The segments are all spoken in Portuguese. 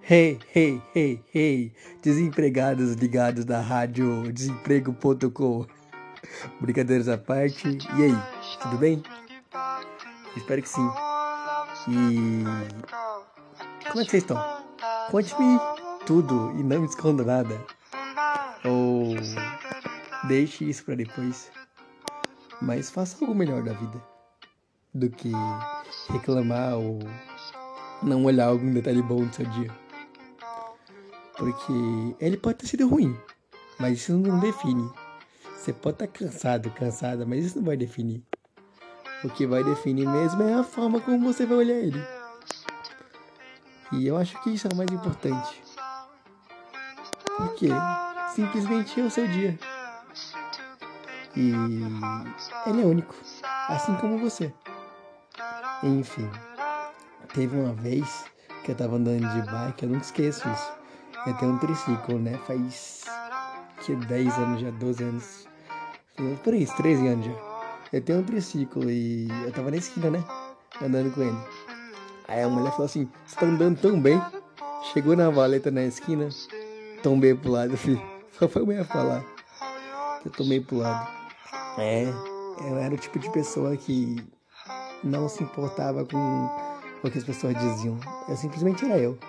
Hey, hey, hey, hey, desempregados ligados na rádio desemprego.com. Brincadeiras à parte. E aí, tudo bem? Espero que sim. E como é que vocês estão? Conte-me tudo e não me esconda nada. Ou deixe isso pra depois. Mas faça algo melhor da vida do que reclamar ou não olhar algum detalhe bom do seu dia. Porque ele pode ter sido ruim, mas isso não define. Você pode estar cansado, cansada, mas isso não vai definir. O que vai definir mesmo é a forma como você vai olhar ele. E eu acho que isso é o mais importante. Porque simplesmente é o seu dia. E ele é único, assim como você. Enfim, teve uma vez que eu tava andando de bike, eu nunca esqueço isso. Eu tenho um triciclo, né? Faz que 10 anos já, 12 anos. Por isso, 13 anos já. Eu tenho um triciclo e eu tava na esquina, né? Andando com ele. Aí a mulher falou assim: você tá andando tão bem. Chegou na valeta na esquina, tombei pro lado, filho. Só foi a mulher falar que eu tomei pro lado. Eu era o tipo de pessoa que não se importava com o que as pessoas diziam. Eu simplesmente era eu.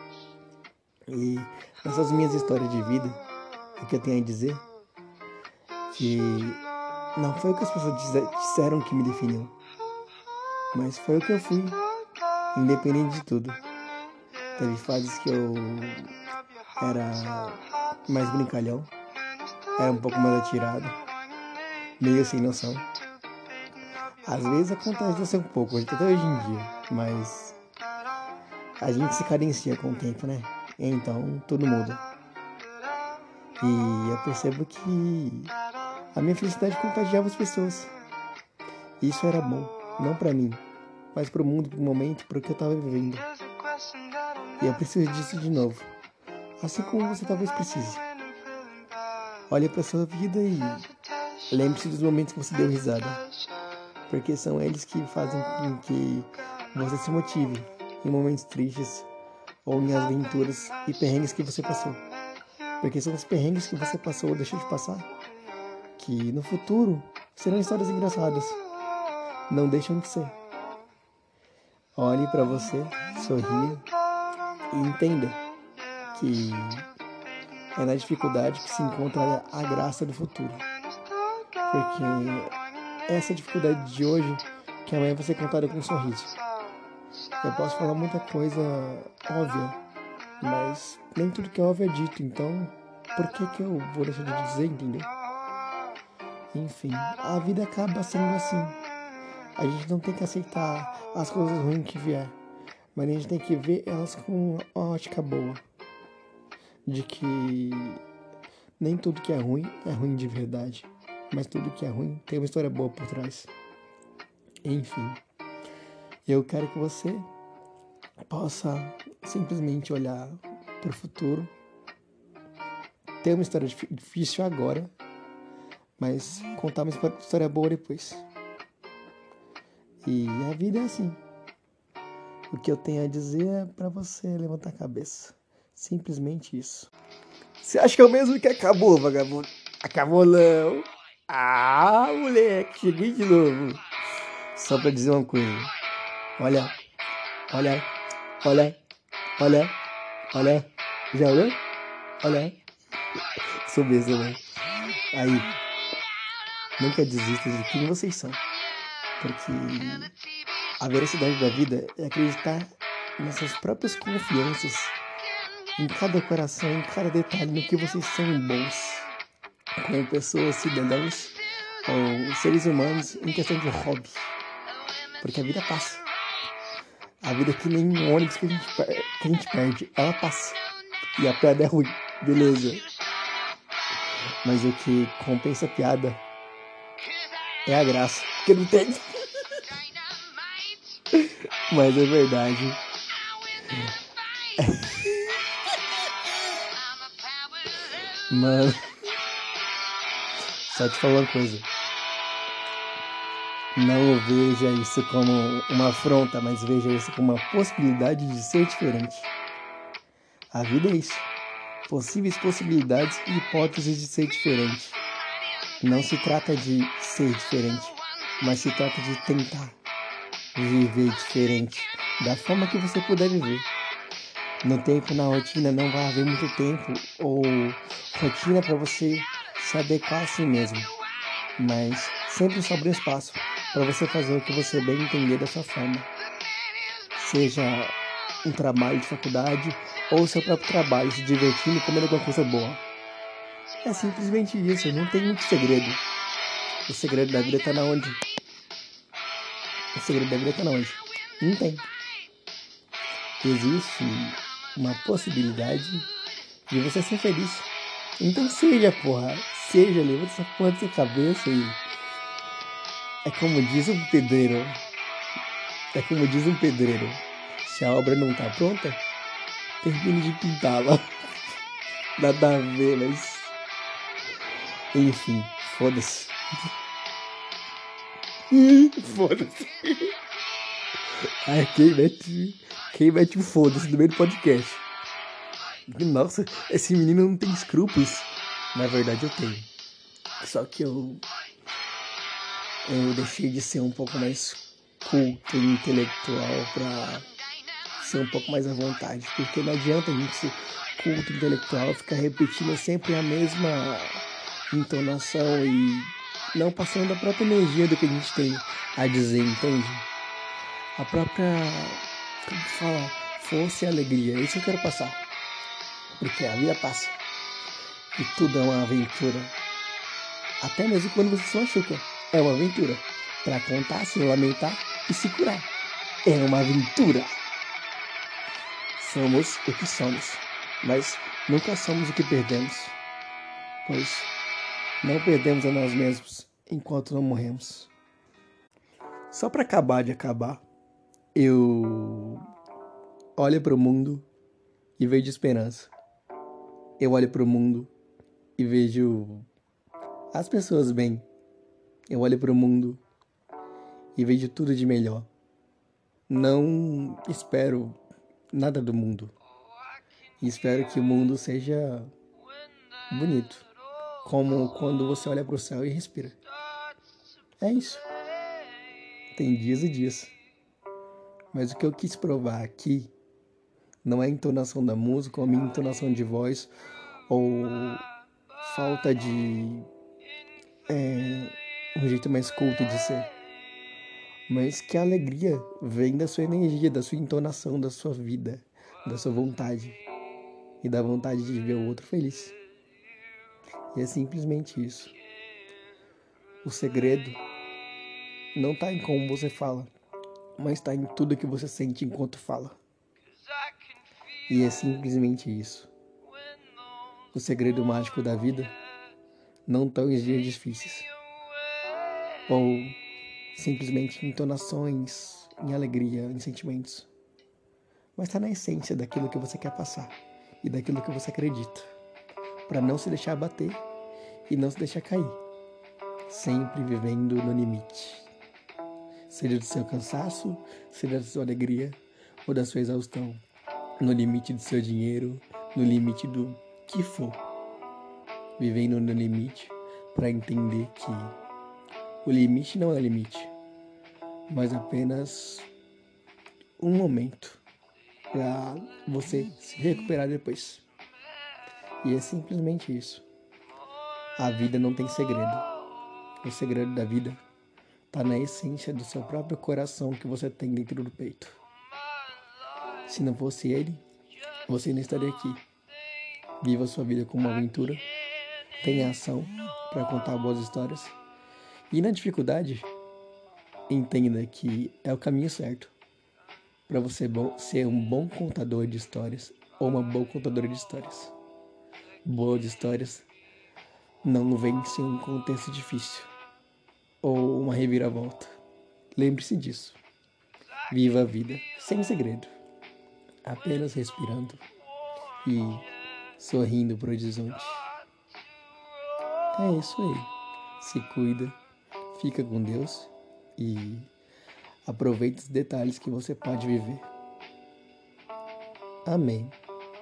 E nessas minhas histórias de vida, o que eu tenho a dizer, que não foi o que as pessoas disseram que me definiu, mas foi o que eu fui, independente de tudo. Teve fases que eu era mais brincalhão, era um pouco mais atirado, meio sem noção. Às vezes acontece de ser um pouco, até hoje em dia, mas a gente se cadencia com o tempo, né? Então tudo muda. E eu percebo que a minha felicidade contagiava as pessoas. Isso era bom, não pra mim, mas pro mundo, pro momento, pro que eu tava vivendo. E eu preciso disso de novo. Assim como você talvez precise. Olhe pra sua vida e lembre-se dos momentos que você deu risada. Porque são eles que fazem com que você se motive em momentos tristes ou em aventuras e perrengues que você passou. Porque são os perrengues que você passou ou deixou de passar que no futuro serão histórias engraçadas. Não deixam de ser. Olhe pra você, sorria e entenda que é na dificuldade que se encontra a graça do futuro. Porque essa dificuldade de hoje que amanhã vai ser contada com um sorriso. Eu posso falar muita coisa óbvia, mas nem tudo que é óbvio é dito, então por que eu vou deixar de dizer, entendeu? Enfim, a vida acaba sendo assim. A gente não tem que aceitar as coisas ruins que vier, mas a gente tem que ver elas com uma ótica boa. De que nem tudo que é ruim de verdade, mas tudo que é ruim tem uma história boa por trás. Enfim, eu quero que você possa simplesmente olhar para o futuro, ter uma história difícil agora, mas contar uma história boa depois. E a vida é assim. O que eu tenho a dizer é para você levantar a cabeça. Simplesmente isso. Você acha que é o mesmo que acabou, vagabundo? Acabou não. Ah, moleque, cheguei de novo. Só pra dizer uma coisa. Olha, olha, olha, olha, olha. Já olhou? Olha. Sou mesmo, né? Aí, nunca desista de quem vocês são. Porque a veracidade da vida é acreditar nessas próprias confianças, em cada coração, em cada detalhe, no que vocês são bons, como pessoas, cidadãos ou seres humanos em questão de hobby. Porque a vida passa. A vida é que nem um ônibus que a gente perde. Ela passa. E a piada é ruim. Beleza. Mas o que compensa a piada é a graça. Porque não tem. Mas é verdade. Mano. Só te falar uma coisa. Não veja isso como uma afronta, mas veja isso como uma possibilidade de ser diferente. A vida é isso. Possíveis possibilidades e hipóteses de ser diferente. Não se trata de ser diferente, mas se trata de tentar viver diferente, da forma que você puder viver. No tempo, na rotina, não vai haver muito tempo ou rotina para você se adequar a si mesmo. Mas sempre sobra espaço para você fazer o que você bem entender da sua forma. Seja um trabalho de faculdade ou seu próprio trabalho, se divertindo e comendo alguma coisa boa. É simplesmente isso, não tem muito segredo. O segredo da vida tá na onde? O segredo da vida tá na onde? Não tem. Existe uma possibilidade de você ser feliz. Então seja, porra. Seja, levanta essa porra da sua cabeça e... É como diz um pedreiro. Se a obra não tá pronta, termine de pintá-la. Nada a ver, mas... Enfim, foda-se. Foda-se. Ai, quem mete um foda-se no meio do podcast? Nossa, esse menino não tem escrúpulos. Na verdade eu tenho. Só que eu deixei de ser um pouco mais culto e intelectual pra ser um pouco mais à vontade. Porque não adianta a gente ser culto intelectual, ficar repetindo sempre a mesma entonação e não passando a própria energia do que a gente tem a dizer, entende? A própria, como que fala, força e alegria. É isso que eu quero passar. Porque a vida passa. E tudo é uma aventura. Até mesmo quando você se machuca. É uma aventura. Pra contar, se lamentar e se curar. É uma aventura. Somos o que somos. Mas nunca somos o que perdemos. Pois não perdemos a nós mesmos enquanto não morremos. Só pra acabar de acabar, eu olho pro mundo e vejo esperança. Eu olho pro mundo e vejo as pessoas bem. Eu olho pro mundo e vejo tudo de melhor. Não espero nada do mundo. E espero que o mundo seja bonito. Como quando você olha pro céu e respira. É isso. Tem dias e dias. Mas o que eu quis provar aqui não é a entonação da música, ou a minha entonação de voz, ou falta de um jeito mais culto de ser. Mas que a alegria vem da sua energia, da sua entonação, da sua vida, da sua vontade. E da vontade de ver o outro feliz. E é simplesmente isso. O segredo não está em como você fala, mas está em tudo que você sente enquanto fala. E é simplesmente isso. O segredo mágico da vida não estão em dias difíceis. Ou simplesmente em entonações, em alegria, em sentimentos. Mas está na essência daquilo que você quer passar e daquilo que você acredita. Para não se deixar abater e não se deixar cair. Sempre vivendo no limite. Seja do seu cansaço, seja da sua alegria ou da sua exaustão. No limite do seu dinheiro, no limite do que for. Vivendo no limite para entender que o limite não é limite, mas apenas um momento para você se recuperar depois. E é simplesmente isso. A vida não tem segredo. O segredo da vida está na essência do seu próprio coração que você tem dentro do peito. Se não fosse ele, você não estaria aqui. Viva a sua vida como uma aventura. Tenha ação para contar boas histórias. E na dificuldade, entenda que é o caminho certo para você ser um bom contador de histórias ou uma boa contadora de histórias. Boas histórias não vêm sem um contexto difícil ou uma reviravolta. Lembre-se disso. Viva a vida sem segredo, apenas respirando e sorrindo pro horizonte. É isso aí. Se cuida, fica com Deus e aproveite os detalhes que você pode viver. Amém.